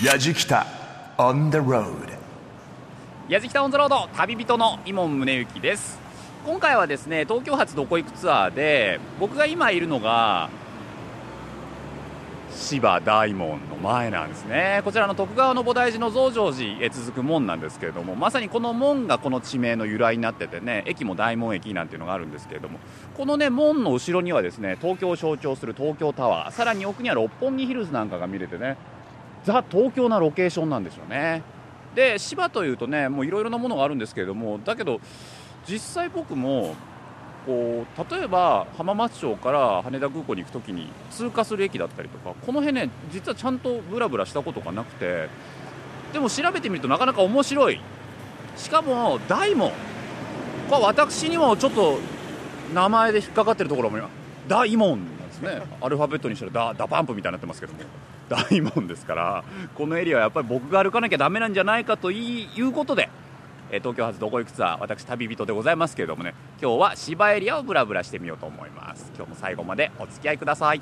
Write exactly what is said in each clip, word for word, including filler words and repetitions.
やじきた on the road。 やじきたオンザロード、旅人の伊門宗行です。今回はですね、東京発どこ行くツアーで、僕が今いるのが芝大門の前なんですね。こちらの徳川の菩提寺の増上寺へ続く門なんですけれども、まさにこの門がこの地名の由来になっててね、駅も大門駅なんていうのがあるんですけれども、このね門の後ろにはですね、東京を象徴する東京タワー、さらに奥には六本木ヒルズなんかが見れてね、ザ東京なロケーションなんですよね。で、芝というとね、もういろいろなものがあるんですけれども、だけど実際僕もこう例えば浜松町から羽田空港に行くときに通過する駅だったりとか、この辺ね実はちゃんとブラブラしたことがなくて、でも調べてみるとなかなか面白い。しかも大門、これ私にもちょっと名前で引っかかってるところも大門なんですね。アルファベットにしたら ダ, ダパンプみたいになってますけども、大門ですから、このエリアはやっぱり僕が歩かなきゃダメなんじゃないかということで、東京発どこ行くツアー、私旅人でございますけれどもね、今日は芝エリアをブラブラしてみようと思います。今日も最後までお付き合いください。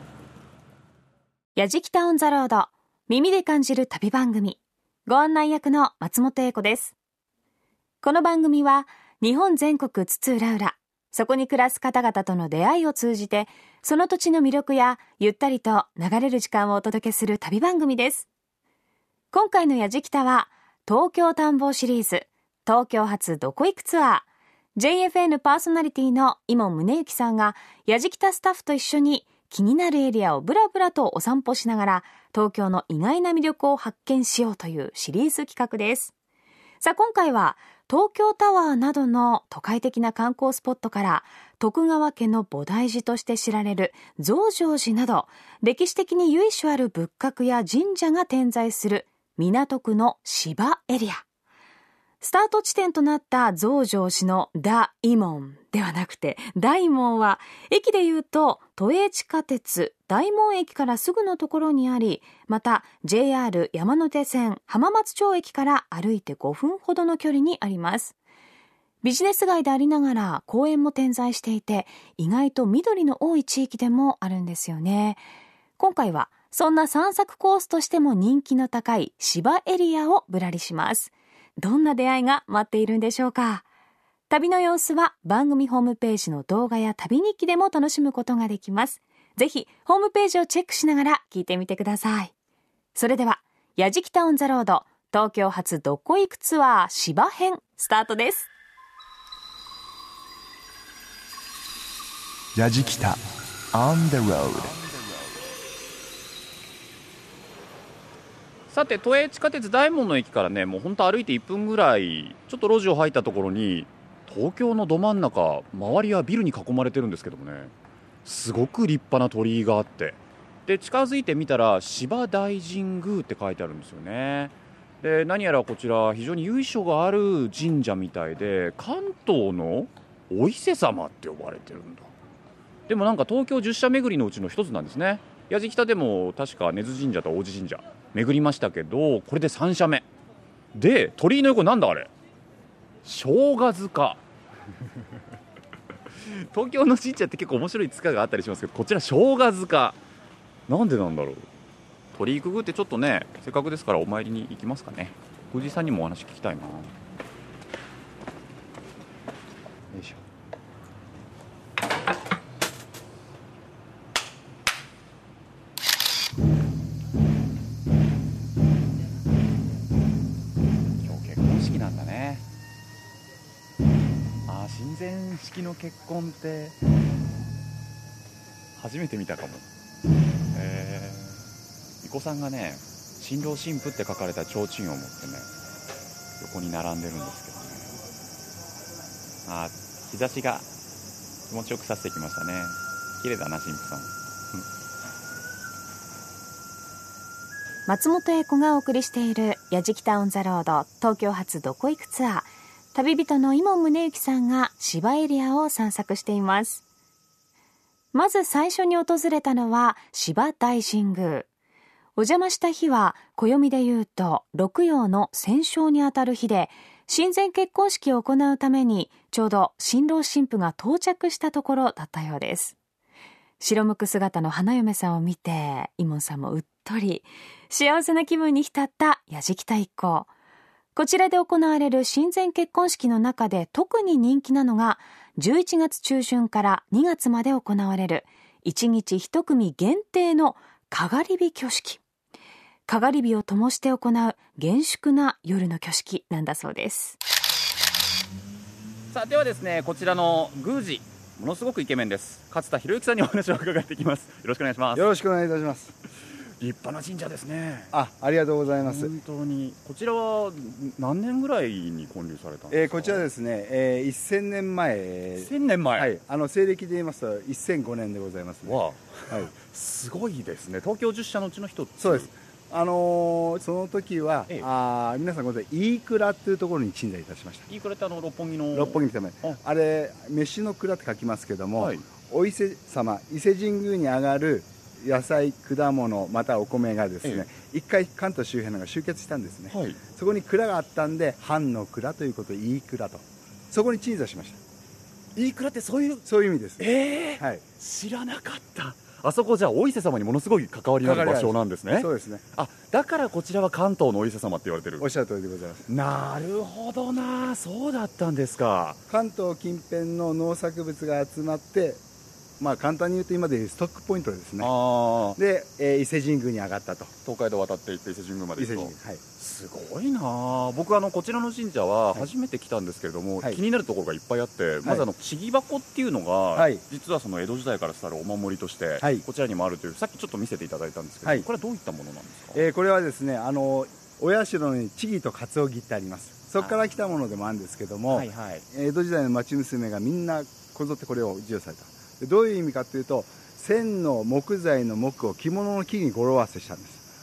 やじきたオンザロード、耳で感じる旅番組、ご案内役の松本英子です。この番組は日本全国津々浦々、そこに暮らす方々との出会いを通じて、その土地の魅力やゆったりと流れる時間をお届けする旅番組です。今回のやじきたは東京探訪シリーズ、東京発どこ行くツアー、 ジェイエフエヌ パーソナリティの伊門宗行さんがやじきたスタッフと一緒に気になるエリアをブラブラとお散歩しながら、東京の意外な魅力を発見しようというシリーズ企画です。さあ、今回は東京タワーなどの都会的な観光スポットから、徳川家の菩提寺として知られる増上寺など、歴史的に由緒ある仏閣や神社が点在する港区の芝エリア。スタート地点となった増上寺の大門ではなくて、大門は駅でいうと都営地下鉄大門駅からすぐのところにあり、また ジェイアール 山手線浜松町駅から歩いてごふんほどの距離にあります。ビジネス街でありながら公園も点在していて、意外と緑の多い地域でもあるんですよね。今回はそんな散策コースとしても人気の高い芝エリアをぶらりします。どんな出会いが待っているんでしょうか。旅の様子は番組ホームページの動画や旅日記でも楽しむことができます。ぜひホームページをチェックしながら聞いてみてください。それではやじきたオンザロード、東京発どこ行くツアー芝編スタートです。 やじきた on the road。 さて、都営地下鉄大門の駅からね、もうほんと歩いていっぷんぐらい、ちょっと路地を入ったところに、東京のど真ん中、周りはビルに囲まれてるんですけどもね、すごく立派な鳥居があって、で近づいてみたら芝大神宮って書いてあるんですよね。で何やらこちら非常に由緒がある神社みたいで、関東のお伊勢様って呼ばれてるんだ。でもなんか東京十社巡りのうちの一つなんですね。やじきたでも確か根津神社と王子神社巡りましたけど、これでさん社目で、鳥居の横なんだあれ、生姜塚東京の神社って結構面白い塚があったりしますけど、こちら生姜塚なんでなんだろう。鳥居くぐってちょっとね、せっかくですからお参りに行きますかね。藤井さんにもお話聞きたいな。よいしょ。なんだね。ああ、親善式の結婚って初めて見たかも。えー、巫女さんがね、新郎新婦って書かれた提灯を持ってね、横に並んでるんですけどね。ああ、日差しが気持ちよくさせてきましたね。綺麗だな、新婦さん。 松本英子がお送りしているやじきたオンザロード、東京発どこ行くツアー、旅人の伊門宗行さんが芝エリアを散策しています。まず最初に訪れたのは芝大神宮。お邪魔した日は暦で言うと六曜の戦勝にあたる日で、親善結婚式を行うためにちょうど新郎新婦が到着したところだったようです。 白むく姿の花嫁さんを見て、イモンさんもうっとり幸せな気分に浸ったやじきた一行。こちらで行われる親善結婚式の中で特に人気なのが、じゅういちがつ中旬からにがつまで行われるいちにちいち組限定のかがり火挙式。かがり火を灯して行う厳粛な夜の挙式なんだそうです。 さあ、ではですね、こちらの宮司、ものすごくイケメンです。勝田博之さんにお話を伺っていきます。よろしくお願いします。 よろしくお願いいたします。 立派な神社ですね。 あ、ありがとうございます。 本当に。こちらは何年ぐらいに建立されたんですか。 えー、こちらですね、えー、せんねんまえ。 せんねんまえ。 はい、あの西暦で言いますとせんごねんでございますね。 わあ、 はい、 すごいですね。東京じゅっしゃのうちの一つ。 そうです。あのー、その時は、ええ、あ皆さんご存知飯倉っていうところに鎮座いたしました。 飯倉ってあの六本木の六本木のため あ, あれ飯の蔵って書きますけども、はい、お伊勢様伊勢神宮に上がる野菜果物またお米がですね、ええ、一回関東周辺のが集結したんですね、はい、そこに蔵があったんで藩の蔵ということで飯倉とそこに鎮座しました。 飯倉ってそういうそういう意味です。 えーはい、知らなかった。あそこじゃあお伊勢様にものすごい関わりのある場所なんですね。 そうですね。 あ、だからこちらは関東のお伊勢様って言われてる。 おっしゃる通りでございます。 なるほどな、そうだったんですか。 関東近辺の農作物が集まって、まあ簡単に言うと今でいうストックポイントですね。あで、えー、伊勢神宮に上がったと。 東海道渡っていって伊勢神宮まで行くと。伊勢神宮、はい。すごいな。僕あのこちらの神社は初めて来たんですけれども、はい、気になるところがいっぱいあって、はい、まずあのちぎ箱っていうのが、はい、実はその江戸時代から伝わるお守りとして、はい、こちらにもあるという、さっきちょっと見せていただいたんですけど、はい、これはどういったものなんですか。 えー、これはですね、あのお社にちぎとかつおぎってあります。そこから来たものでもあるんですけども、はいはい、江戸時代の町娘がみんなこぞってこれを授与された。でどういう意味かというと、千の木材の木を着物の木に語呂合わせしたんです。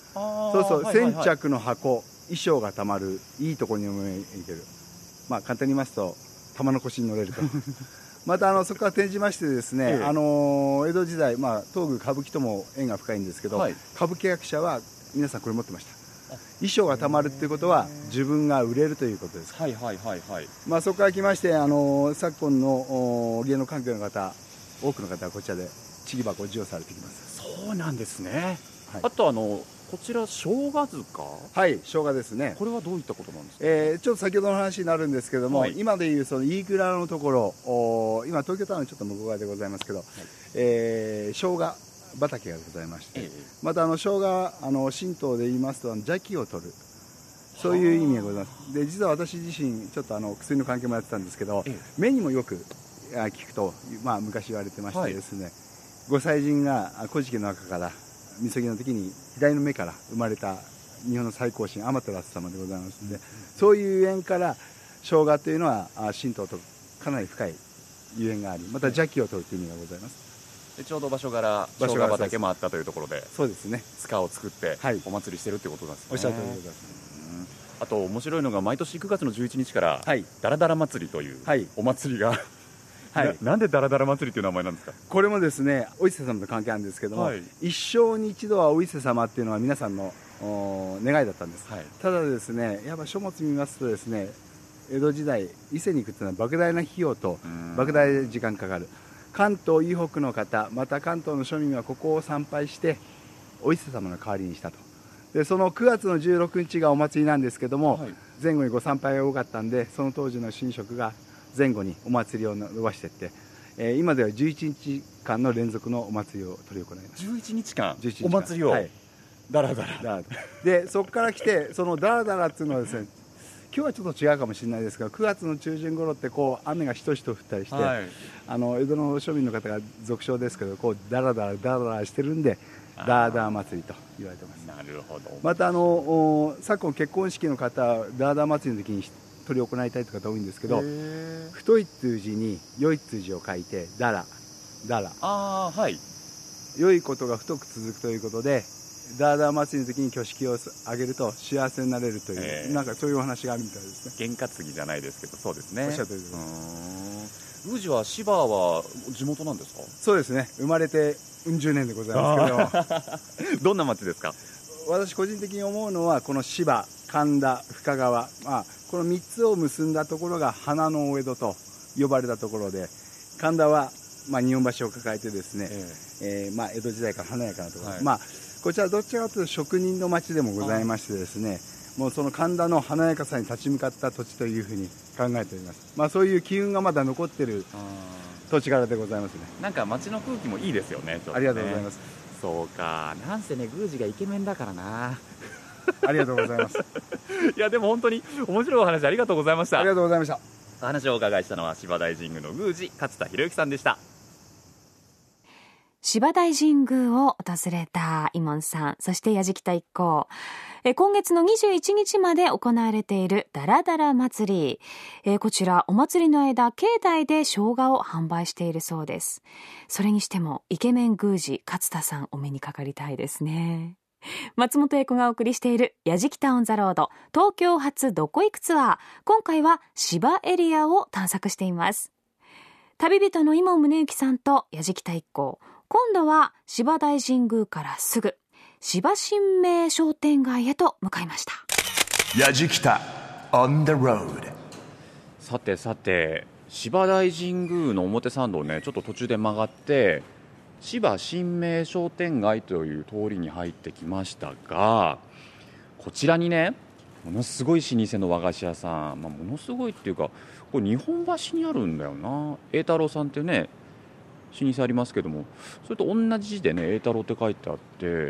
そうそう、はいはいはい、千着の箱、衣装がたまる、いいところに思いける、まあ、簡単に言いますと玉の腰に乗れるとまたあのそこから転じましてですね、ええ、あの江戸時代、まあ、東宮歌舞伎とも縁が深いんですけど、はい、歌舞伎役者は皆さんこれ持ってました。衣装がたまるっていうことは自分が売れるということです。はいはいはいはい。まあそこから来まして、あの昨今の芸能関係の方、多くの方はこちらでちぎ箱を授与されてきます。 そうなんですね。はい、あとあのこちら生姜塚。 はい、生姜ですね。 これはどういったことなんですか。 えー、ちょっと先ほどの話になるんですけども、はい、今でいうその飯倉のところ、今東京タワーのちょっと向こう側でございますけど、はい、えー、生姜畑がございまして、ええ、またあの生姜、あの神道で言いますと邪気を取る、そういう意味がございます。で実は私自身ちょっとあの薬の関係もやってたんですけど、ええ、目にもよく効くと、まあ、昔言われてましてですね、はい、ご祭神が古事記の中からみそぎの時に左の目から生まれた日本の最高神天照様でございますので、うん、そういうゆえんから生姜というのは神道とかなり深いゆえんがあり、また邪気を取るという意味がございます。 でちょうど場所柄生姜畑もあったというところで、 そうですね、 塚を作ってお祭りしてるってことなんですね。 おっしゃるとおりでございます。 あと面白いのが毎年くがつのじゅういちにちからダラダラ祭りというお祭りが、はいはい、な, なんでダラダラ祭りという名前なんですか。 これもですね、お伊勢様と関係あるんですけども、はい、一生に一度はお伊勢様っていうのは皆さんの願いだったんです、はい、ただですね、やっぱ書物見ますとですね、江戸時代伊勢に行くというのは莫大な費用と莫大な時間かかる。関東以北の方、また関東の庶民はここを参拝してお伊勢様の代わりにしたと。でそのくがつのじゅうろくにちがお祭りなんですけども、はい、前後にご参拝が多かったんで、その当時の神職が前後にお祭りを伸ばしていって、えー、今ではじゅういちにちかんの連続のお祭りを執り行います。 じゅういちにちかんお祭りを、はい、だらだらだらでそこから来て、そのだらだらっていうのはですね、今日はちょっと違うかもしれないですが、くがつの中旬頃ってこう雨がしとしと降ったりして、はい、あの江戸の庶民の方が俗称ですけど、こうだらだらだらだらしてるんでダーダー祭りと言われてます。 なるほど。 またあの昨今結婚式の方、ダーダー祭りの時に執り行いたいという方多いんですけど、太いっていう字に良いっていう字を書いてダラダラ、 あ、はい、 良いことが太く続くということで、ダーダー祭りの時に挙式を挙げると幸せになれるという、なんかそういうお話があるみたいですね。 験担ぎじゃないですけど、そうですね。 おっしゃるとおりです。 宮司は芝は地元なんですか。 そうですね、生まれてうん十年でございますけどどんな町ですか。 私個人的に思うのはこの芝、神田、深川、まあ、このみっつを結んだところが花のお江戸と呼ばれたところで、神田はまあ、日本橋を抱えてですね、えーえーまあ、江戸時代から華やかなところ、はい、まあ、こちらどちらかというと職人の町でもございましてですね、もうその神田の華やかさに立ち向かった土地というふうに考えております。まあ、そういう機運がまだ残っている土地柄でございますね。 なんか街の空気もいいですよ ね, ねありがとうございます。 そうか、なんせね宮司がイケメンだからなありがとうございますいやでも本当に面白いお話ありがとうございました。 ありがとうございました。 お話をお伺いしたのは芝大神宮の宮司勝田博之さんでした。 芝大神宮を訪れたイモンさん、そして矢敷田一行、え今月のにじゅういちにちまで行われているダラダラ祭り、えこちらお祭りの間境内で生姜を販売しているそうです。それにしてもイケメン宮司勝田さんお目にかかりたいですね。松本英子がお送りしている矢敷田オンザロード東京発どこ行くツアー、今回は芝エリアを探索しています。旅人の今宗行さんと矢敷田一行、今度は芝大神宮からすぐ芝神明商店街へと向かいました。 矢敷田 on the road。 さてさて、芝大神宮の表参道をねちょっと途中で曲がって芝神明商店街という通りに入ってきましたが、こちらにねものすごい老舗の和菓子屋さん、まあ、ものすごいっていうかこれ日本橋にあるんだよな。栄太郎さんってね老舗ありますけども、それと同じ字でね栄太郎って書いてあって、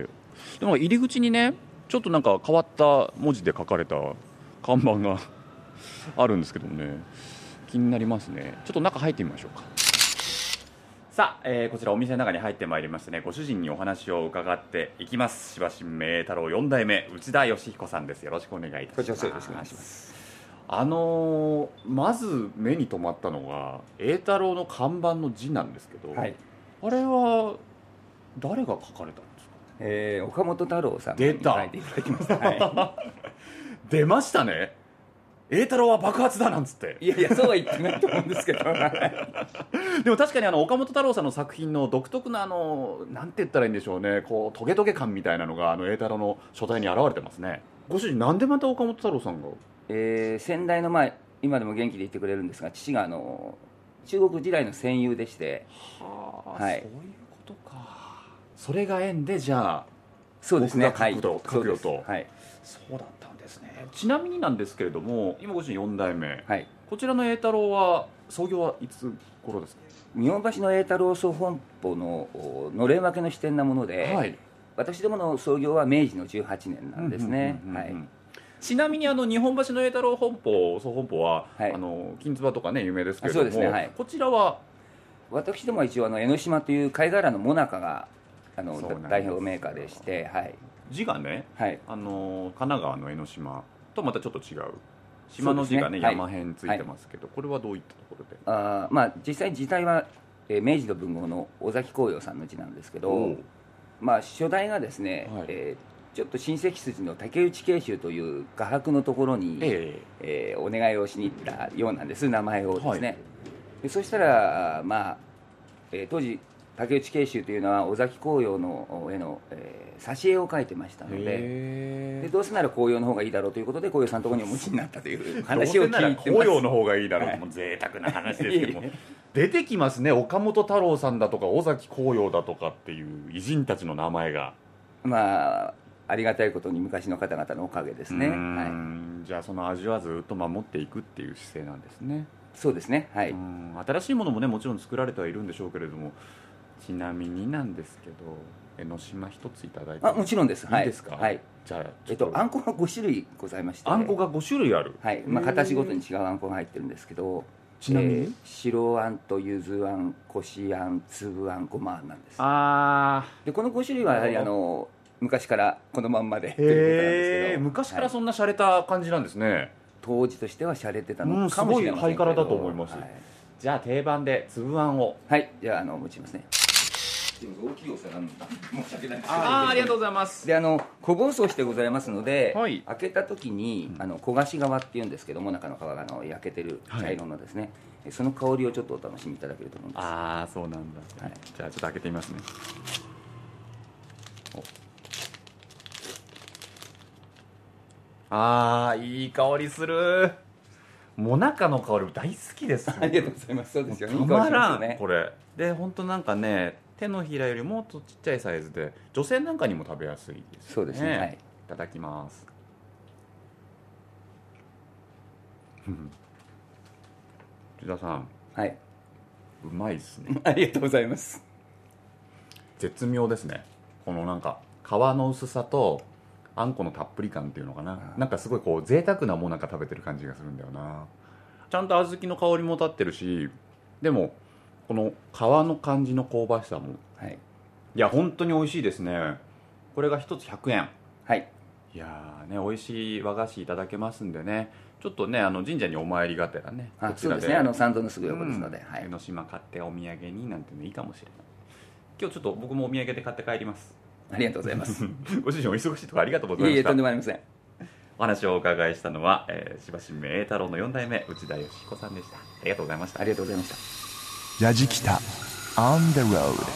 でも入り口にねちょっとなんか変わった文字で書かれた看板があるんですけどもね、気になりますね。ちょっと中入ってみましょうか。さあ、えー、こちらお店の中に入ってまいりましてね、ご主人にお話を伺っていきます。芝神明栄太郎よん代目内田義彦さんです。よろしくお願いいたします。 よろしくお願いします。 あのー、まず目に留まったのが栄太郎の看板の字なんですけど、はい、あれは誰が書かれたんですか？ えー、岡本太郎さんに書いていただきました、はい、 出ましたね。栄太郎は爆発だなんつって。 いやいやそうは言ってないと思うんですけどでも確かにあの岡本太郎さんの作品の独特なあのなんて言ったらいいんでしょうね、こうトゲトゲ感みたいなのがあの栄太郎の書体に現れてますね。ご主人なんでまた岡本太郎さんが？ えー、先代の前今でも元気でいてくれるんですが、父があの中国時代の戦友でして、 はあ、はい、そういうことか。それが縁でじゃあそうですね、 僕が書くと、はい、書くよと、 はい、 そうだったんですね。ちなみになんですけれども今ご主人よん代目、 はい、 こちらの栄太郎は創業はいつ頃ですか？ 日本橋の栄太郎総本舗ののれん分けの支店なもので、はい、私どもの創業は明治のじゅうはちねんなんですね。 ちなみにあの日本橋の栄太郎本舗総本舗は、はい、あの金つばとかね有名ですけれども、そうですね、はい、こちらは私どもは一応あの江ノ島という貝殻のモナカがあの代表メーカーでして、はい、 字がね、はい、あの神奈川の江ノ島とまたちょっと違う島の字がね、山辺ついてますけど、はい、これはどういったところで？ あ、まあ、実際字体は、えー、明治の文豪の尾崎紅葉さんの字なんですけど、まあ、初代がですね、はい、えーちょっと親戚筋の竹内慶州という画伯のところに、えーえー、お願いをしに行ったようなんです、名前をですね、はい、でそしたら、まあえー、当時竹内慶州というのは尾崎紅葉の絵の、えー、挿絵を描いてましたので、でどうせなら紅葉の方がいいだろうということで紅葉さんのところにお持ちになったという話を聞いてます。どうせなら紅葉の方がいいだろうと、はい、贅沢な話ですけども出てきますね、岡本太郎さんだとか尾崎紅葉だとかっていう偉人たちの名前が。 まあありがたいことに昔の方々のおかげですね。はい、じゃあその味はずっと守っていくっていう姿勢なんですね。 そうですね、はい、 新しいものもねもちろん作られてはいるんでしょうけれども、ちなみになんですけど江ノ島一ついただいてあもちろんです。 いいですか？ はい、 じゃあえっとあんこがご種類ございまして、 あんこがご種類ある、 はい、まあ、形ごとに違うあんこが入ってるんですけど、 ちなみに、えー、 白あんとゆずあん、こしあん、粒あん、ごまあんなんです。 あでこのご種類はやはりあの昔からこのまんまでということなんですけど、昔からそんな洒落た感じなんですね。はい、 当時としては洒落てたのかもしれませんけど、うん、すごいハイカラだと思います。はい、じゃあ定番で粒あんを。 はい、じゃああの持ちますね。でも大きいお皿なんだ。申し訳ないです。 ああ、ありがとうございます。 であの小包装してございますので、はい、開けた時にあの焦がし皮っていうんですけども、中の皮があの焼けてる茶色のですね、はい、その香りをちょっとお楽しみいただけると思うんです。 ああ、そうなんだ。はい、じゃあちょっと開けてみますね。ああ、いい香りする。 もなかの香り大好きです。 ありがとうございます。そうですよね。 たまらん、 いい香りしますよね。 これで本当なんかね、手のひらよりもっとちっちゃいサイズで女性なんかにも食べやすいですね。 そうですね、はい、 いただきます。内田さん、 はい、 うまいですね。 ありがとうございます。 絶妙ですね。このなんか皮の薄さとあんこのたっぷり感っていうのかな、なんかすごいこう贅沢なもなか食べてる感じがするんだよな。ちゃんと小豆の香りも立ってるし、でもこの皮の感じの香ばしさも、はい、いや本当に美味しいですね。これが一つひゃくえん。 はい。 いやーね、美味しい和菓子いただけますんでね、ちょっとね、あの神社にお参りがてらね、 あ、こちらで、そうですね、あの参道のすぐ横ですので、 うん、はい、江ノ島買ってお土産になんてのいいかもしれない。今日ちょっと僕もお土産で買って帰ります。 ありがとうございます。 ご主人お忙しいところありがとうございました。 いえいえ、とんでもありません。 お話をお伺いしたのは、えー、柴新名栄太郎のよん代目内田義彦さんでした。ありがとうございました。 ありがとうございました。 やじきた On the road。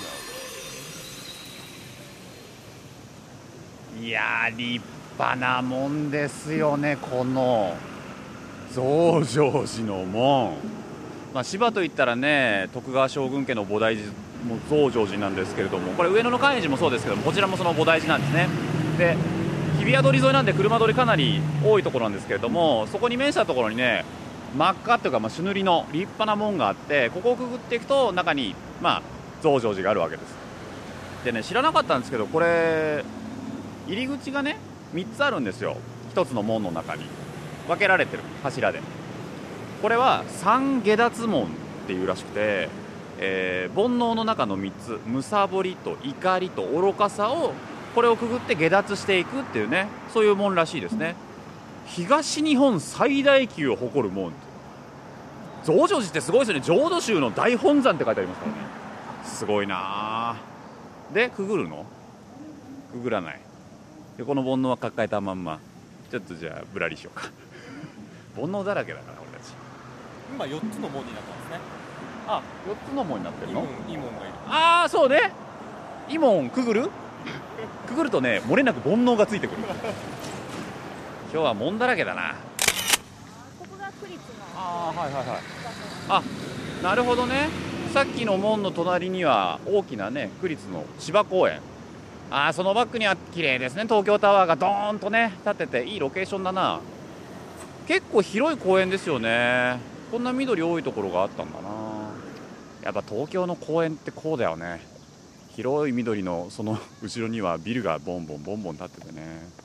いやー、立派なもんですよね、この増上寺の門。まあ、柴といったらね、徳川将軍家の菩提寺も増上寺なんですけれども、これ上野の寛永寺もそうですけども、こちらもその菩提寺なんですね。で、日比谷通り沿いなんで車通りかなり多いところなんですけれども、そこに面したところにね、真っ赤というか、まあ、朱塗りの立派な門があって、ここをくぐっていくと中に、まあ、増上寺があるわけです。でね、知らなかったんですけど、これ入り口がねみっつあるんですよ。ひとつの門の中に分けられてる柱で、これは三下脱門っていうらしくて、えー、煩悩の中のみっつ、むさぼりと怒りと愚かさを、これをくぐって下脱していくっていうね、そういう門らしいですね。東日本最大級を誇る門。増上寺ってすごいですよね。浄土宗の大本山って書いてありますからね。すごいな。でくぐるの？くぐらないで、この煩悩は抱えたまんま、ちょっとじゃあぶらりしようか。煩悩だらけだから俺たち。 今よっつの門になったんですね。 あ、よっつの門になってるの？ いい門がいる。あああ、そうね。いい門くぐるくぐるとね、漏れなく煩悩がついてくる。今日は門だらけだな。 ここが区立の。 ああ、はいはいはい。あ、なるほどね。さっきの門の隣には大きなね、区立の芝公園。ああ、そのバックには綺麗ですね。東京タワーがドーンとね立ってて、いいロケーションだな。結構広い公園ですよね。こんな緑多いところがあったんだな。やっぱ東京の公園ってこうだよね。広い緑のその後ろにはビルがボンボンボンボン立っててね、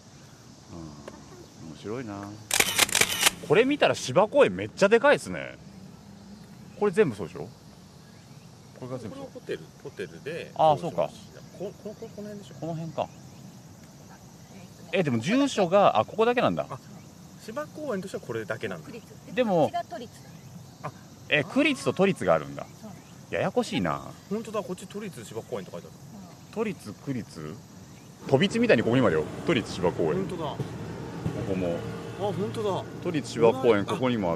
うん、面白いな。これ見たら芝公園めっちゃでかいですね。これ全部そうでしょ。これが全部そう。 このホテルホテルで。 ああ、そうか。 ここここの辺でしょ。 この辺か。え、でも住所が、あ、ここだけなんだ。 芝公園としてはこれだけなんだ。 でもえ、区立と都立があるんだ。ややこしいな。 本当だ、こっち都立芝公園と書いてある。 都立区立飛び地みたいにここにまでよ。都立芝公園。 本当だ。ここも。 あ、本当だ。 都立芝公園ここにもあって、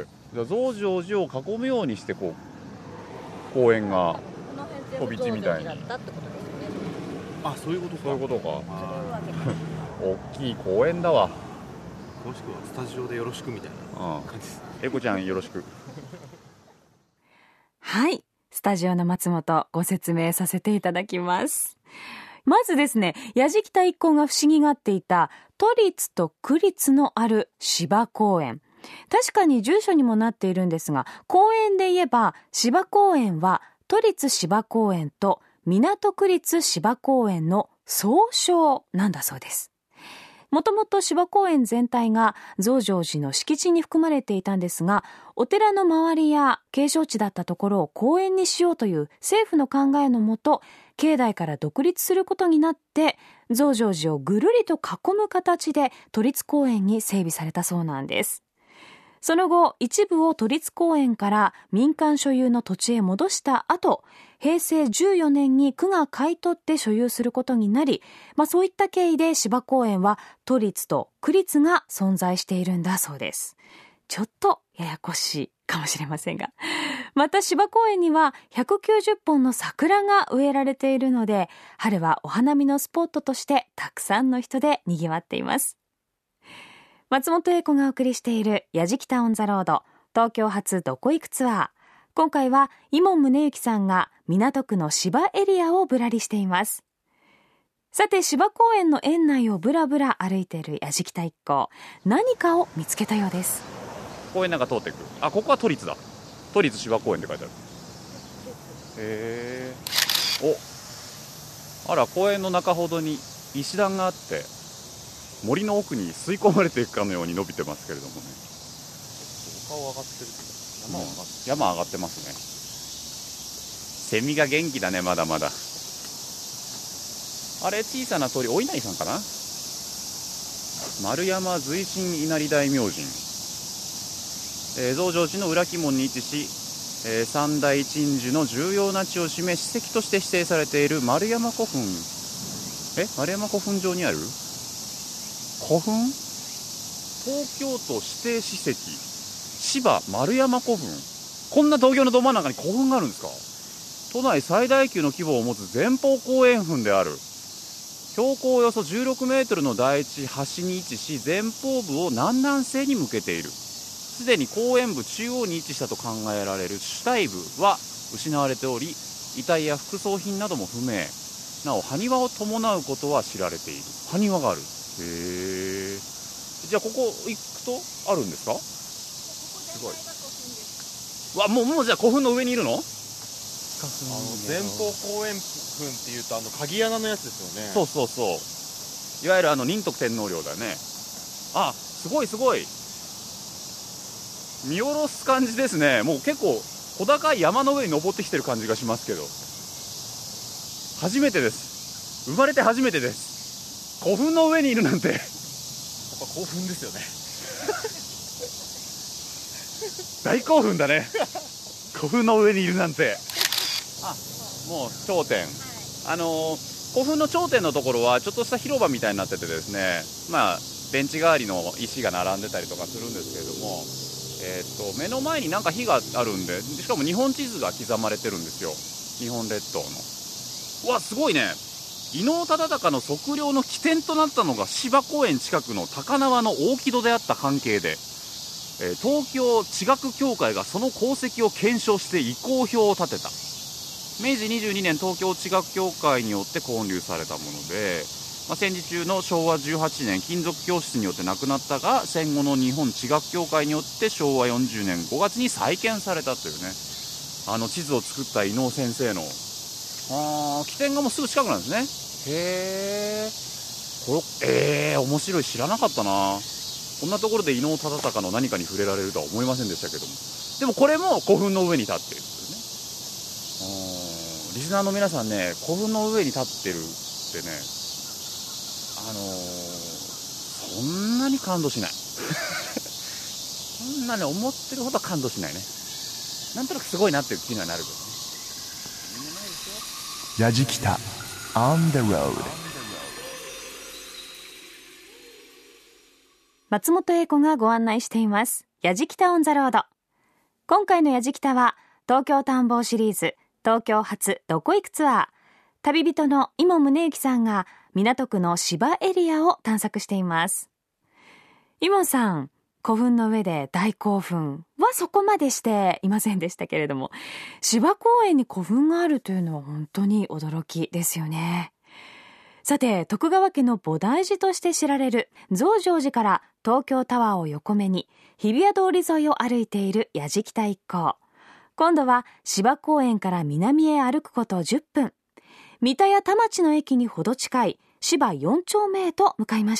増上寺を囲むようにしてこう公園が飛び地みたいに。 あ、そういうことか。 そういうことか。大きい公園だわ。 もしくはスタジオでよろしくみたいな感じです。 えこちゃんよろしく。 はい、スタジオの松本ご説明させていただきます。まずですね、矢敷太一行が不思議がっていた都立と区立のある芝公園。確かに住所にもなっているんですが、公園で言えば芝公園は都立芝公園と港区立芝公園の総称なんだそうです。もともと芝公園全体が増上寺の敷地に含まれていたんですが、お寺の周りや景勝地だったところを公園にしようという政府の考えのもと、境内から独立することになって、増上寺をぐるりと囲む形で都立公園に整備されたそうなんです。その後、一部を都立公園から民間所有の土地へ戻した後、へいせいじゅうよねんに区が買い取って所有することになり、まあそういった経緯で芝公園は都立と区立が存在しているんだそうです。ちょっとややこしいかもしれませんが。また芝公園にはひゃくきゅうじゅっぽんの桜が植えられているので、春はお花見のスポットとしてたくさんの人で賑わっています。 松本英子がお送りしているやじきたオンザロード東京発どこ行くツアー。今回は伊門宗行さんが港区の芝エリアをぶらりしています。さて、芝公園の園内をぶらぶら歩いているやじきた一行、何かを見つけたようです。 公園なんか通っていく。あ、ここは都立だ。都立芝公園って書いてある。へー。お、あら、公園の中ほどに石段があって森の奥に吸い込まれていくかのように伸びてますけれどもね。 丘を上がってる。山を上がってる。 山上がってますね。セミが元気だね、まだまだ。あれ、小さな鳥、お稲荷さんかな。丸山随神稲荷大明神、えー、増上寺の裏鬼門に位置し、えー、三大鎮守の重要な地を示し史跡として指定されている丸山古墳。え丸山古墳場にある古墳、東京都指定史跡芝丸山古墳。こんな東京のど真ん中に古墳があるんですか。都内最大級の規模を持つ前方後円墳である。標高およそじゅうろくメートルの第一端に位置し、前方部を南南西に向けている。すでに後円部中央に位置したと考えられる主体部は失われており、遺体や副葬品なども不明。なお埴輪を伴うことは知られている。埴輪がある。へえ。じゃあここ行くとあるんですか。すごい。わ、もうもうじゃあ古墳の上にいるの。 あの前方後円墳っていうとあの鍵穴のやつですよね。 そうそうそう、いわゆるあの仁徳天皇陵だよね。あ、すごいすごい、見下ろす感じですね。もう結構小高い山の上に登ってきてる感じがしますけど、初めてです。生まれて初めてです。古墳の上にいるなんてやっぱ興奮ですよね大興奮だね古墳の上にいるなんて。あ、もう頂点、あのー、古墳の頂点のところはちょっとした広場みたいになっててですね、まあベンチ代わりの石が並んでたりとかするんですけれども、えー、っと目の前になんか火があるんで、しかも日本地図が刻まれてるんですよ、日本列島の。うわ、すごいね。伊能忠敬の測量の起点となったのが芝公園近くの高輪の大木戸であった関係で、えー、東京地学協会がその功績を検証して意向表を立てた。明治にじゅうにねん東京地学協会によって建立されたもので、まあ、戦時中のしょうわじゅうはちねん金属教室によって亡くなったが、戦後の日本地学協会によってしょうわよんじゅうねんごがつに再建されたというね、あの地図を作った伊能先生のあ起点がもうすぐ近くなんですね。へー、これえー、面白い、知らなかったな。こんなところで伊能忠敬の何かに触れられるとは思いませんでしたけども、でもこれも古墳の上に立っている。リスナーの皆さんね、古墳の上に立ってるってね、あのー、そんなに感動しないそんなね、思ってるほど感動しないね。なんとなくすごいなっていう気にはなるけどね。 やじきた On the road。 松本英子がご案内していますやじきたオンザロード。今回のやじきたは東京探訪シリーズ東京発どこ行くツアー。旅人の伊門宗行さんが港区の芝エリアを探索しています。伊門さん、古墳の上で大興奮はそこまでしていませんでしたけれども、芝公園に古墳があるというのは本当に驚きですよね。さて、徳川家の菩提寺として知られる増上寺から東京タワーを横目に日比谷通り沿いを歩いているやじきた一行。今度は芝公園から南へ歩くことじゅっぷん、三田や田町の駅にほど近い芝よん丁目へと向かいました。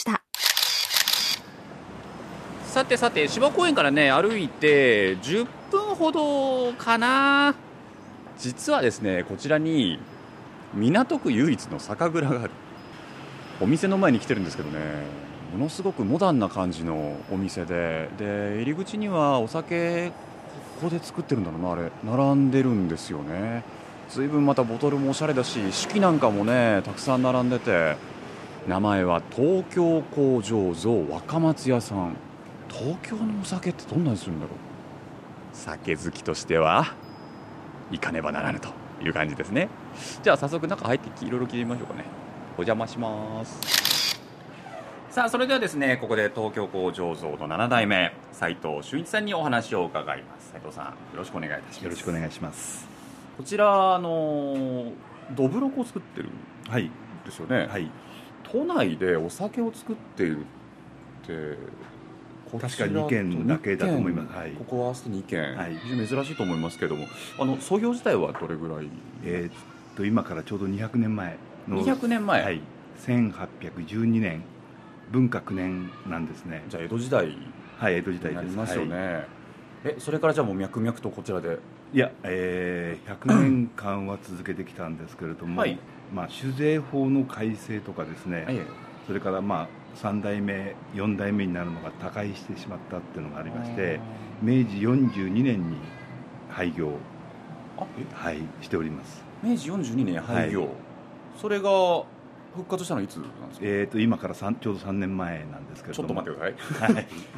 さてさて、芝公園からね歩いてじゅっぷんほどかな。実はですね、こちらに港区唯一の酒蔵がある。お店の前に来てるんですけどね、ものすごくモダンな感じのお店で、で入り口にはお酒ここで作ってるんだろうな、あれ並んでるんですよね。随分またボトルもおしゃれだし、酒器なんかもねたくさん並んでて、名前は東京工場像若松屋さん。東京のお酒ってどんなにするんだろう。酒好きとしては行かねばならぬという感じですね。じゃあ早速中入っていろいろ聞いてみましょうかね。お邪魔します。 さあそれではですね、ここで東京工場像のなな代目斉藤俊一さんにお話を伺います。斉藤さん、よろしくお願いいたします。 よろしくお願いします。 こちらあのどぶろくを作ってるんですよね。はい、はい、都内でお酒を作っているって確かにに軒だけだと思います。はい、 ここは合わせてに軒、はい、非常に珍しいと思いますけども、あの創業自体はどれぐらい？ えー、っと今からちょうどにひゃくねんまえのにひゃくねんまえ、 はい、せんはっぴゃくじゅうにねん文化きゅうねんなんですね。 じゃあ江戸時代、 はい、江戸時代です。 なりますよね。はい、えそれからじゃあもう脈々とこちらで？ いや、えー、ひゃくねんかんは続けてきたんですけれども、はい、まあ、酒税法の改正とかですね、はい、それからまあさん代目よん代目になるのが他界してしまったっていうのがありまして、明治よんじゅうにねんに廃業、あえ、はい、しております。 明治よんじゅうにねん廃業、はい、それが復活したのはいつなんですか？ えー、と今からちょうどさんねんまえなんですけれども。 ちょっと待ってください、はい、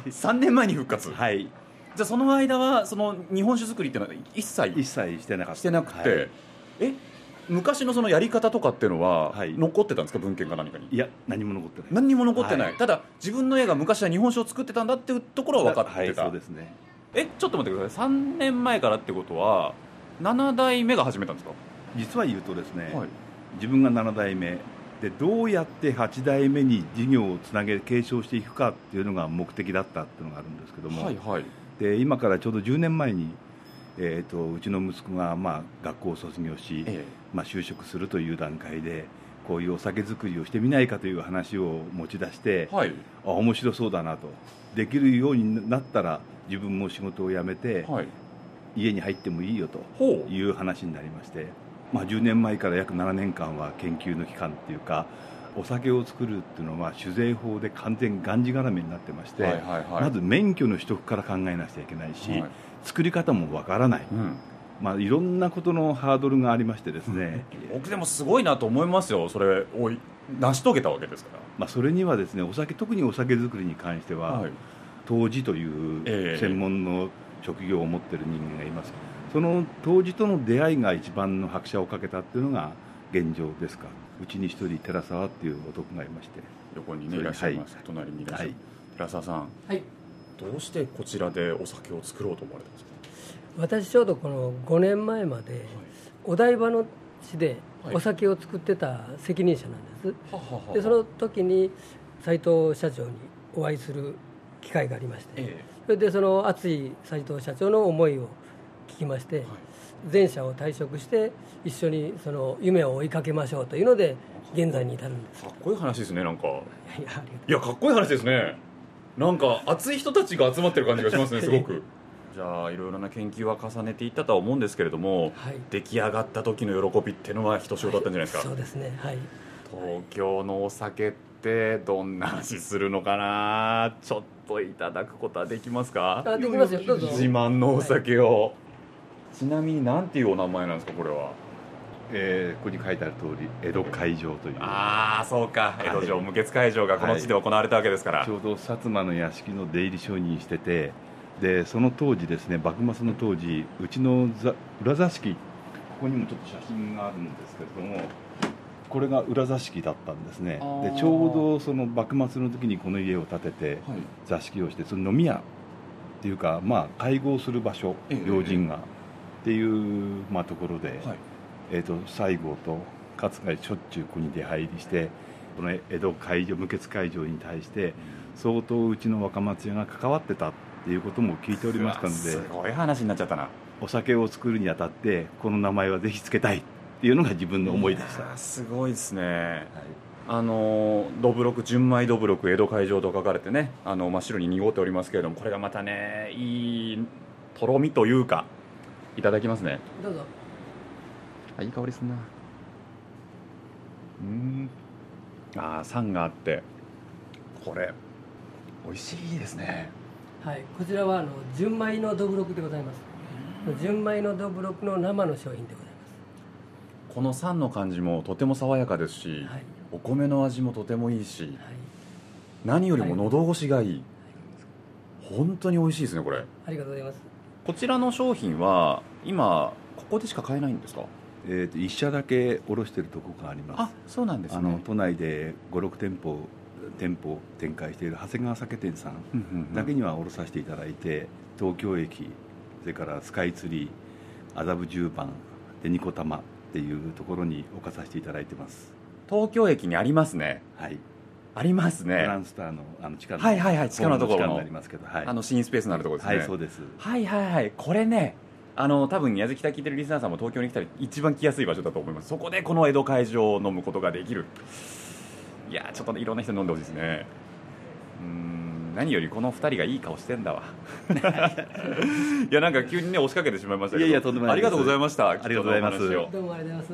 さんねんまえに復活。 はい、 じゃあその間はその日本酒作りっていうのは一切一切してなかった。 してなくて、はい、え昔のそのやり方とかっていうのは残ってたんですか？文献か何かに。 いや、何も残ってない。 何にも残ってない、はい、ただ自分の家が昔は日本酒を作ってたんだっていうところは分かってた。 はい、そうですね。 えちょっと待ってください、さんねんまえからってことはなな代目が始めたんですか？ 実は言うとですね、はい、自分がなな代目でどうやってはち代目に事業をつなげ継承していくかっていうのが目的だったっていうのがあるんですけども、はいはい、で今からちょうどじゅうねんまえにえー、とうちの息子がまあ学校を卒業し、ええまあ、就職するという段階でこういうお酒作りをしてみないかという話を持ち出して、はい、あ面白そうだなと、できるようになったら自分も仕事を辞めて、はい、家に入ってもいいよという話になりまして、まあ、じゅうねんまえから約ななねんかんは研究の期間っていうか、お酒を作るっていうのは酒税法で完全がんじがらめになってまして、はいはいはい、まず免許の取得から考えなくちゃいけないし、はい、作り方もわからない、うん、まあ、いろんなことのハードルがありましてですね僕でもすごいなと思いますよ、それを成し遂げたわけですから、 まあ、それにはですね、お酒特にお酒作りに関しては、はい、杜氏という専門の職業を持っている人間がいます、えー、その杜氏との出会いが一番の拍車をかけたっていうのが現状ですか。うちに一人寺澤っていう男がいまして、 横に、ね、いらっしゃいます、はい、隣にいらっしゃる、はい、寺澤さん、はい、どうしてこちらでお酒を作ろうと思われたんですか？ 私ちょうどこのごねんまえまで、はい、お台場の地でお酒を作ってた責任者なんです、はい、でその時に斉藤社長にお会いする機会がありまして、ええ、それでその熱い斉藤社長の思いを聞きまして、はい、前社を退職して一緒にその夢を追いかけましょうというので現在に至るんです。 かっこいい話ですね。なんかいや、いやかっこいい話ですね。なんか熱い人たちが集まってる感じがしますねすごくじゃあいろいろな研究は重ねていったとは思うんですけれども、はい、出来上がった時の喜びっていうのはひとしおだったんじゃないですか？ はい、そうですね、はい、 東京のお酒ってどんな味するのかな、ちょっといただくことはできますか？ あ、できますよ、どうぞ。 自慢のお酒を、はい、ちなみに何ていうお名前なんですかこれは？ えー、ここに書いてある通り江戸会場という、 ああそうか、江戸城無血会場がこの地で行われたわけですから、 はい、ちょうど薩摩の屋敷の出入り承認してて、でその当時ですね、幕末の当時うちの裏座敷、ここにもちょっと写真があるんですけれども、これが裏座敷だったんですね。でちょうどその幕末の時にこの家を建てて座敷をして、その飲み屋っていうか、まあ、会合する場所、要人がっていう、まあ、ところで、はい、えー、と西郷と勝がしょっちゅうここに出入りして、この江戸会場無血会場に対して相当うちの若松屋が関わってたっていうことも聞いておりましたので、 すごい話になっちゃったな。 お酒を作るにあたってこの名前はぜひつけたいっていうのが自分の思いでした。 すごいですね、はい、あのどぶろく、純米どぶろく江戸会場と書かれてね、あの真っ白に濁っておりますけれども、これがまたねいいとろみというか、いただきますね。 どうぞ。 あ、いい香りするな。うん、あー酸があってこれ美味しいですね。 はい、こちらはあの純米のどぶろくでございます。純米のどぶろくの生の商品でございます。 この酸の感じもとても爽やかですし、はい、お米の味もとてもいいし、はい、何よりも喉越しがいい、はい、本当に美味しいですねこれ。 ありがとうございます。 こちらの商品は今ここでしか買えないんですか？ えー、と一社だけ卸しているところがあります。 あ、そうなんですね。 あの都内でご、ろく店舗店舗を展開している長谷川酒店さんだけには卸させていただいて、東京駅、それからスカイツリー、麻布十番でニコタマっていうところに置かさせていただいてます。 東京駅にありますね。 はい、 ありますね。 グランスターのあの地下の、 はいはいはい、地下のところのになりますけど、はい、 あの新スペースのあるところですね。 はい、そうです。 はいはいはい、これね、あの多分矢敷北聞いてるリスナーさんも東京に来たら一番来やすい場所だと思います。そこでこの江戸会場を飲むことができる。いやちょっと、ね、いろんな人に飲んでほしいですね。うーん、何よりこのふたりがいい顔してんだわいやなんか急にね押しかけてしまいましたけど、 いやいやとんでもないです。 ありがとうございました。 ありがとうございます。 どうもありがとうございます。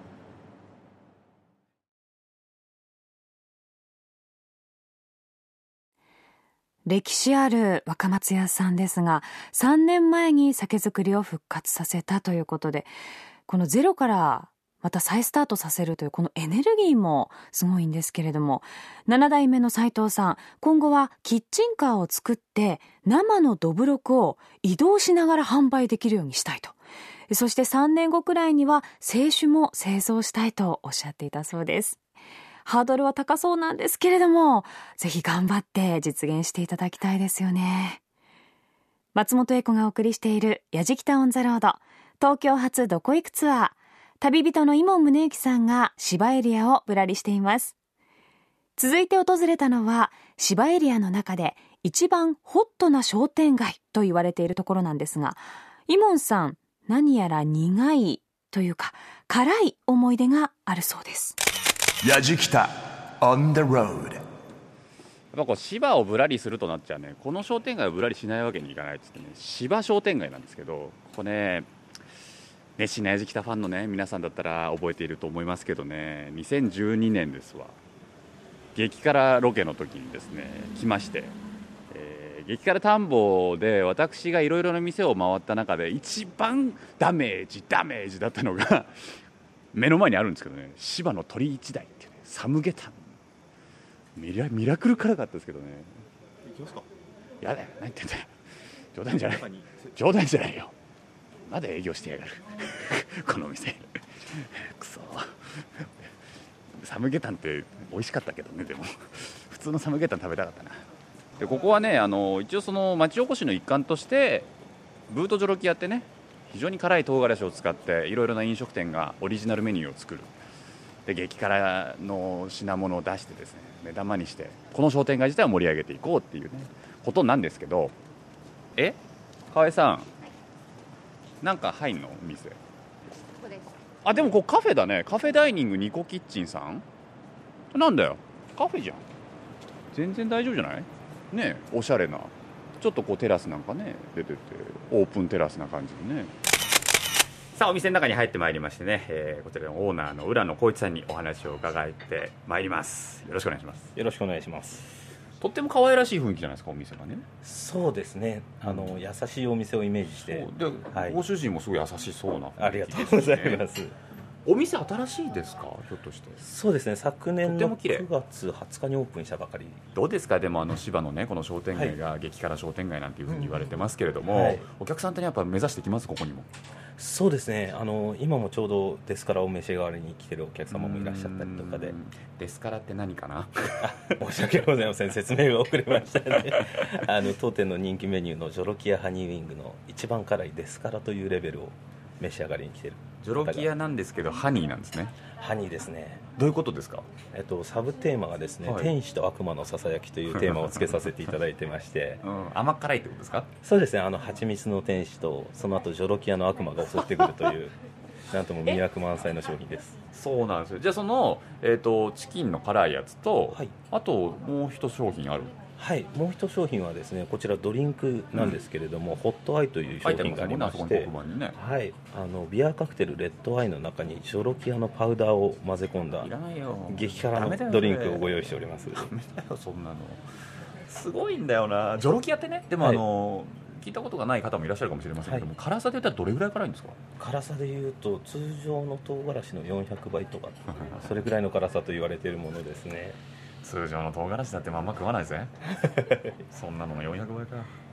歴史ある若松屋さんですが、さんねんまえに酒造りを復活させたということで、このゼロからまた再スタートさせるというこのエネルギーもすごいんですけれども、なな代目の斉藤さん、今後はキッチンカーを作って生のどぶろくを移動しながら販売できるようにしたいと、そしてさんねんごくらいには清酒も製造したいとおっしゃっていたそうです。ハードルは高そうなんですけれども、ぜひ頑張って実現していただきたいですよね。松本英子がお送りしているやじきたオンザロード、東京発どこ行くツアー、旅人の伊門宗行さんが芝エリアをぶらりしています。続いて訪れたのは芝エリアの中で一番ホットな商店街と言われているところなんですが、伊門さん、何やら苦いというか辛い思い出があるそうです。 やじきた on the road。 やっぱこう芝をぶらりするとなっちゃうね、この商店街をぶらりしないわけにいかないっつってね、芝商店街なんですけど、ここね熱心なやじきたファンのね皆さんだったら覚えていると思いますけどね、にせんじゅうにねんですわ、激辛ロケの時にですね来まして、えー、激辛田んぼで私がいろいろな店を回った中で一番ダメージダメージだったのが目の前にあるんですけどね、芝の鳥一台っていうね、サムゲタン、ミラ、ミラクル辛かったですけどね。 行きますか。 やだよ、何言ってんだよ、冗談じゃない、冗談じゃないよ、まだ営業してやがるこの店くそ、サムゲタンって美味しかったけどね、でも普通のサムゲタン食べたかったな。でここはね、あの一応その町おこしの一環としてブートジョロキやってね、非常に辛い唐辛子を使っていろいろな飲食店がオリジナルメニューを作る。で激辛の品物を出してですね、目玉にしてこの商店街自体を盛り上げていこうっていうねことなんですけど、え河合さん、なんか入んのお店。あ、でもここカフェだね。カフェダイニングニコキッチンさんなんだよ、カフェじゃん。全然大丈夫じゃないね。おしゃれなちょっとこうテラスなんかね出てて、オープンテラスな感じでね。さあお店の中に入ってまいりましてね、えー、こちらのオーナーの浦野浩一さんにお話を伺ってまいります。よろしくお願いします。 よろしくお願いします。 とっても可愛らしい雰囲気じゃないですか、お店がね。 そうですね、あの、うん、優しいお店をイメージして。 で、はい、ご主人もすごい優しそうな、ね、 ありがとうございます。 お店新しいですか、ひょっとして。 そうですね、昨年のくがつはつかにオープンしたばかり。 どうですか、でもあの芝のねこの商店街が激辛商店街なんていうふうに言われてますけれども、うん、はい、お客さんって、ね、やっぱ目指してきます、ここにも。 そうですね、あの今もちょうどデスカラを召し上がりに来てるお客様もいらっしゃったりとかで。 デスカラって何かな申し訳ございません、説明が遅れましたねあの当店の人気メニューのジョロキアハニーウィングの一番辛いデスカラというレベルを召し上がりに来てる。 ジョロキアなんですけどハニーなんですね。 ハニーですね。 どういうことですか。 えっと、サブテーマがですね、はい、天使と悪魔のささやきというテーマをつけさせていただいてまして、 うん、甘辛いってことですか。 そうですね、あの蜂蜜の天使とその後ジョロキアの悪魔が襲ってくるというなんとも魅惑満載の商品です。 そうなんですよ。じゃあその、えーと、チキンの辛いやつと、はい、あともう一商品ある。 はい、もう一商品はですね、こちらドリンクなんですけれども、うん、ホットアイという商品がありまして、 ね、 はい、あのビアカクテルレッドアイの中にジョロキアのパウダーを混ぜ込んだ激辛のドリンクをご用意しております。 ダメだよそんなの、すごいんだよな。ジョロキアってね、でもあの、はい、聞いたことがない方もいらっしゃるかもしれませんけども、はい、辛さで言ったらどれぐらい辛いんですか。 辛さでいうと通常の唐辛子のよんひゃくばいとかそれぐらいの辛さと言われているものですね。 通常の唐辛子だってまんま食わないぜそんなのがよんひゃくばいか。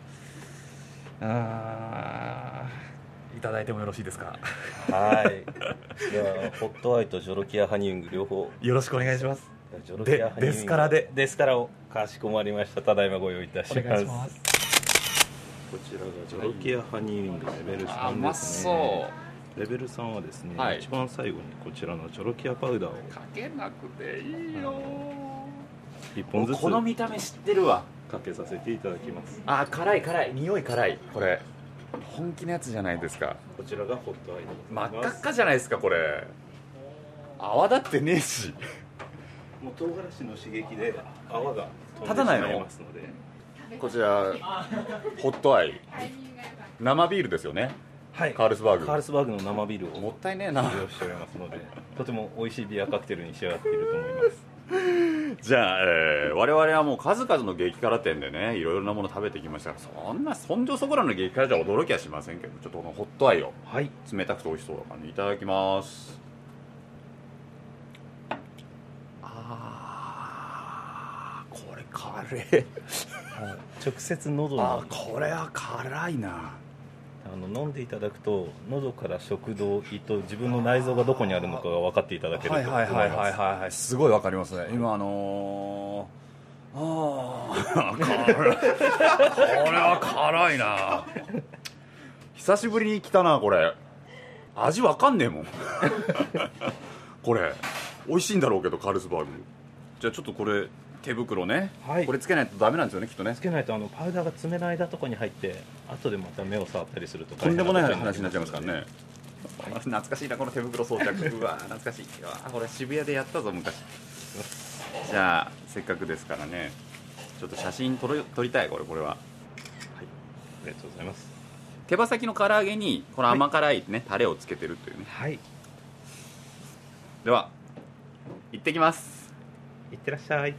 あー、いただいてもよろしいですか。 はいではホットアイとジョロキアハニーウィング両方よろしくお願いします。 ジョロキアハニーウィングデスカラでデスカラをかしこまりました。ただいまご用意いたします。 お願いします。 こちらがジョロキアハニーウィングレベルさんですね。 うまそうレベルさんはですね、 はい、 一番最後にこちらのジョロキアパウダーをかけなくていいよ、 いっぽんずつこの見た目知ってるわ。 かけさせていただきます。 あ、辛い辛い、匂い辛い。これ本気のやつじゃないですか。 こちらがホットアイに真っ赤っかじゃないですか。これ泡立ってねえしもう唐辛子の刺激で泡が立たないの。こちらホットアイ生ビールですよね。 はい、 カールスバーグカールスバーグの生ビールをもったいねえな使用しておりますのでとても美味しいビアカクテルに仕上がっていると思います。 じゃあ、えー、我々はもう数々の激辛店でねいろいろなもの食べてきましたが、そんなそんじょそこらの激辛じゃ驚きはしませんけど、ちょっとこのホットアイを、 はい、 冷たくて美味しそうな感じいただきます。あー、これ辛い直接喉にあ、これは辛いな。 あの飲んでいただくと喉から食道胃と自分の内臓がどこにあるのかが分かっていただけると思います。 はいはいはいはいはい、はい、すごい分かりますね。今あのー、あー辛いこれは辛いな。久しぶりに来たな。これ味分かんねえもんこれ美味しいんだろうけどカールスバーグ。じゃあちょっとこれ手袋ね、はい、これつけないとダメなんですよね、きっとね。 つけないとあのパウダーが爪の間とかに入って後でまた目を触ったりするととんでもない話になっちゃいますからね。懐かしいなこの手袋装着うわ懐かしい。うわこれ渋谷でやったぞ昔。じゃあせっかくですからねちょっと写真撮る撮りたい。これこれは、はい、 ありがとうございます。 手羽先の唐揚げにこの甘辛いね、はい、タレをつけてるというね。 はい、 では行ってきます。 行ってらっしゃい。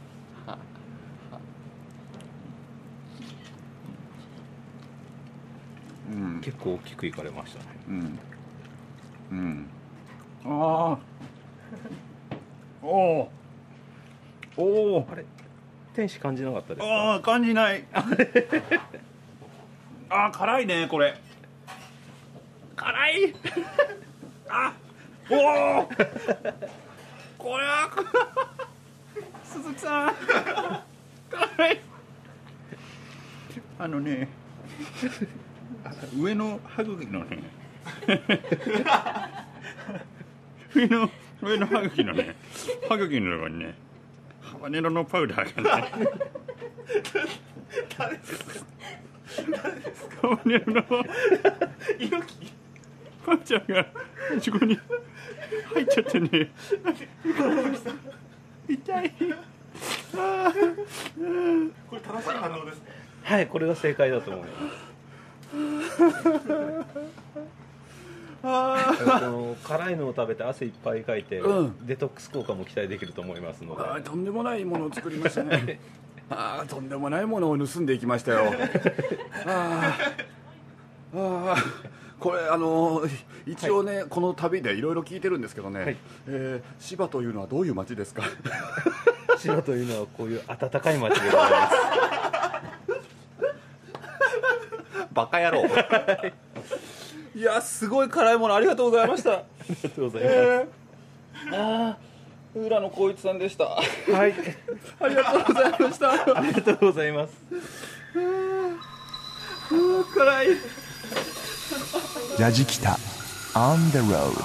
うん、結構大きくいかれましたね。 うんうんああおおおおあれ天使感じなかったですか。 ああ感じないああ辛いねこれ辛いあおおこれは鈴木さん辛いあのね上の歯茎のね上の上の歯茎のね歯茎のところにねハバネロのパウダーがね誰ですかハバネロの猪木パウダーがそこに入っちゃってね痛いあこれ正しい反応ですね。 はい、これが正解だと思いますあこの辛いのを食べて汗いっぱいかいて、うん、デトックス効果も期待できると思いますので。 あとんでもないものを作りましたねあとんでもないものを盗んでいきましたよああこれあの一応ね、はい、この旅でいろいろ聞いてるんですけどね、はい、えー、芝というのはどういう町ですか芝というのはこういう暖かい町でございますバカ野郎いやすごい辛いものありがとうございましたありがとうございます、えー、あ浦野浩一さんでしたはいありがとうございましたありがとうございます辛いラジキタ On the road。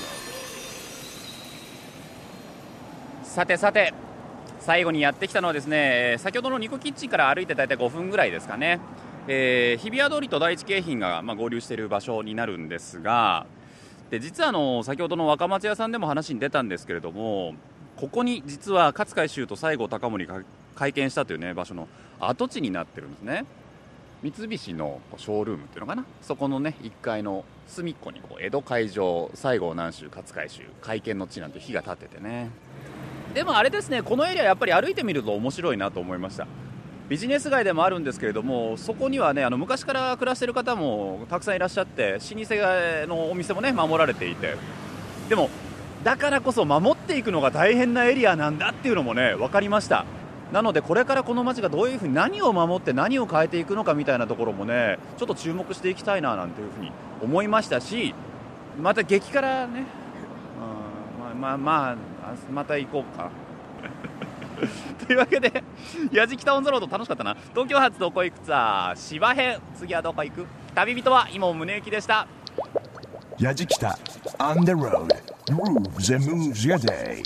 さてさて最後にやってきたのはですね、先ほどのニコキッチンから歩いて大体ごふんぐらいですかね、えー、日比谷通りと第一京浜が、まあ、合流している場所になるんですが、で実はあの先ほどの若松屋さんでも話に出たんですけれども、ここに実は勝海舟と西郷隆盛が会見したという、ね、場所の跡地になってるんですね。三菱のショールームっていうのかな、そこのねいっかいの隅っこにこう江戸海上西郷南州勝海舟会見の地なんて火が立っててね。でもあれですね、このエリアやっぱり歩いてみると面白いなと思いました。ビジネス街でもあるんですけれども、そこにはねあの昔から暮らしている方もたくさんいらっしゃって、老舗のお店もね守られていて、でもだからこそ守っていくのが大変なエリアなんだっていうのもね分かりました。なのでこれからこの街がどういうふうに何を守って何を変えていくのかみたいなところもねちょっと注目していきたいななんていうふうに思いましたし、また激辛ね、うん、まあまあまあまた行こうかというわけでやじきたオンザロード楽しかったな。東京発どこ行くツアー芝編、次はどこ行く？旅人は今宗行でした。 やじきた On the road Grooves and moves your day。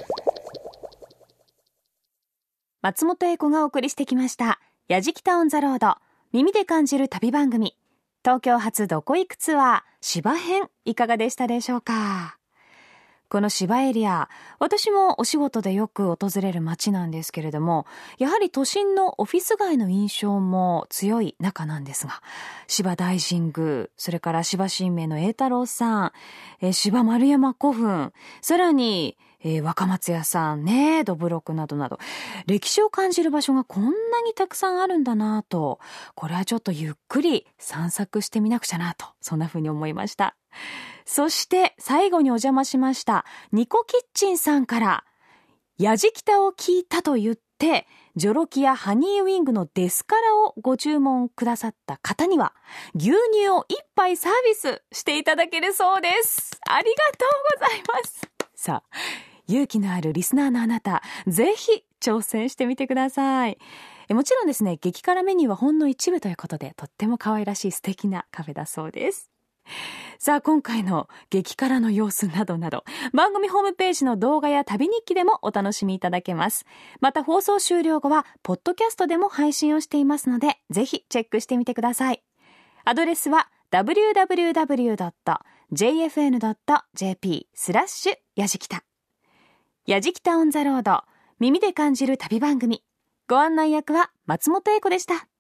松本英子がお送りしてきましたやじきたオンザロード、耳で感じる旅番組、東京発どこ行くツアー芝編、いかがでしたでしょうか。この芝エリア、私もお仕事でよく訪れる街なんですけれども、やはり都心のオフィス街の印象も強い中なんですが、芝大神宮、それから芝神明の栄太郎さん、えー、芝丸山古墳、さらに、えー、若松屋さんね、どぶろくなどなど、歴史を感じる場所がこんなにたくさんあるんだなと、これはちょっとゆっくり散策してみなくちゃなと、そんな風に思いました。そして最後にお邪魔しましたニコキッチンさんから、やじきたを聞いたと言ってジョロキアハニーウィングのデスカラをご注文くださった方には牛乳を一杯サービスしていただけるそうです。ありがとうございます。さあ、勇気のあるリスナーのあなた、ぜひ挑戦してみてください。もちろんですね、激辛メニューはほんの一部ということで、とっても可愛らしい素敵なカフェだそうです。さあ、今回の激辛の様子などなど、番組ホームページの動画や旅日記でもお楽しみいただけます。また放送終了後はポッドキャストでも配信をしていますので、ぜひチェックしてみてください。アドレスは ダブリューダブリューダブリュードットジェイエフエヌドットジェーピースラッシュやじきた。やじきたオンザロード、耳で感じる旅番組、ご案内役は松本英子でした。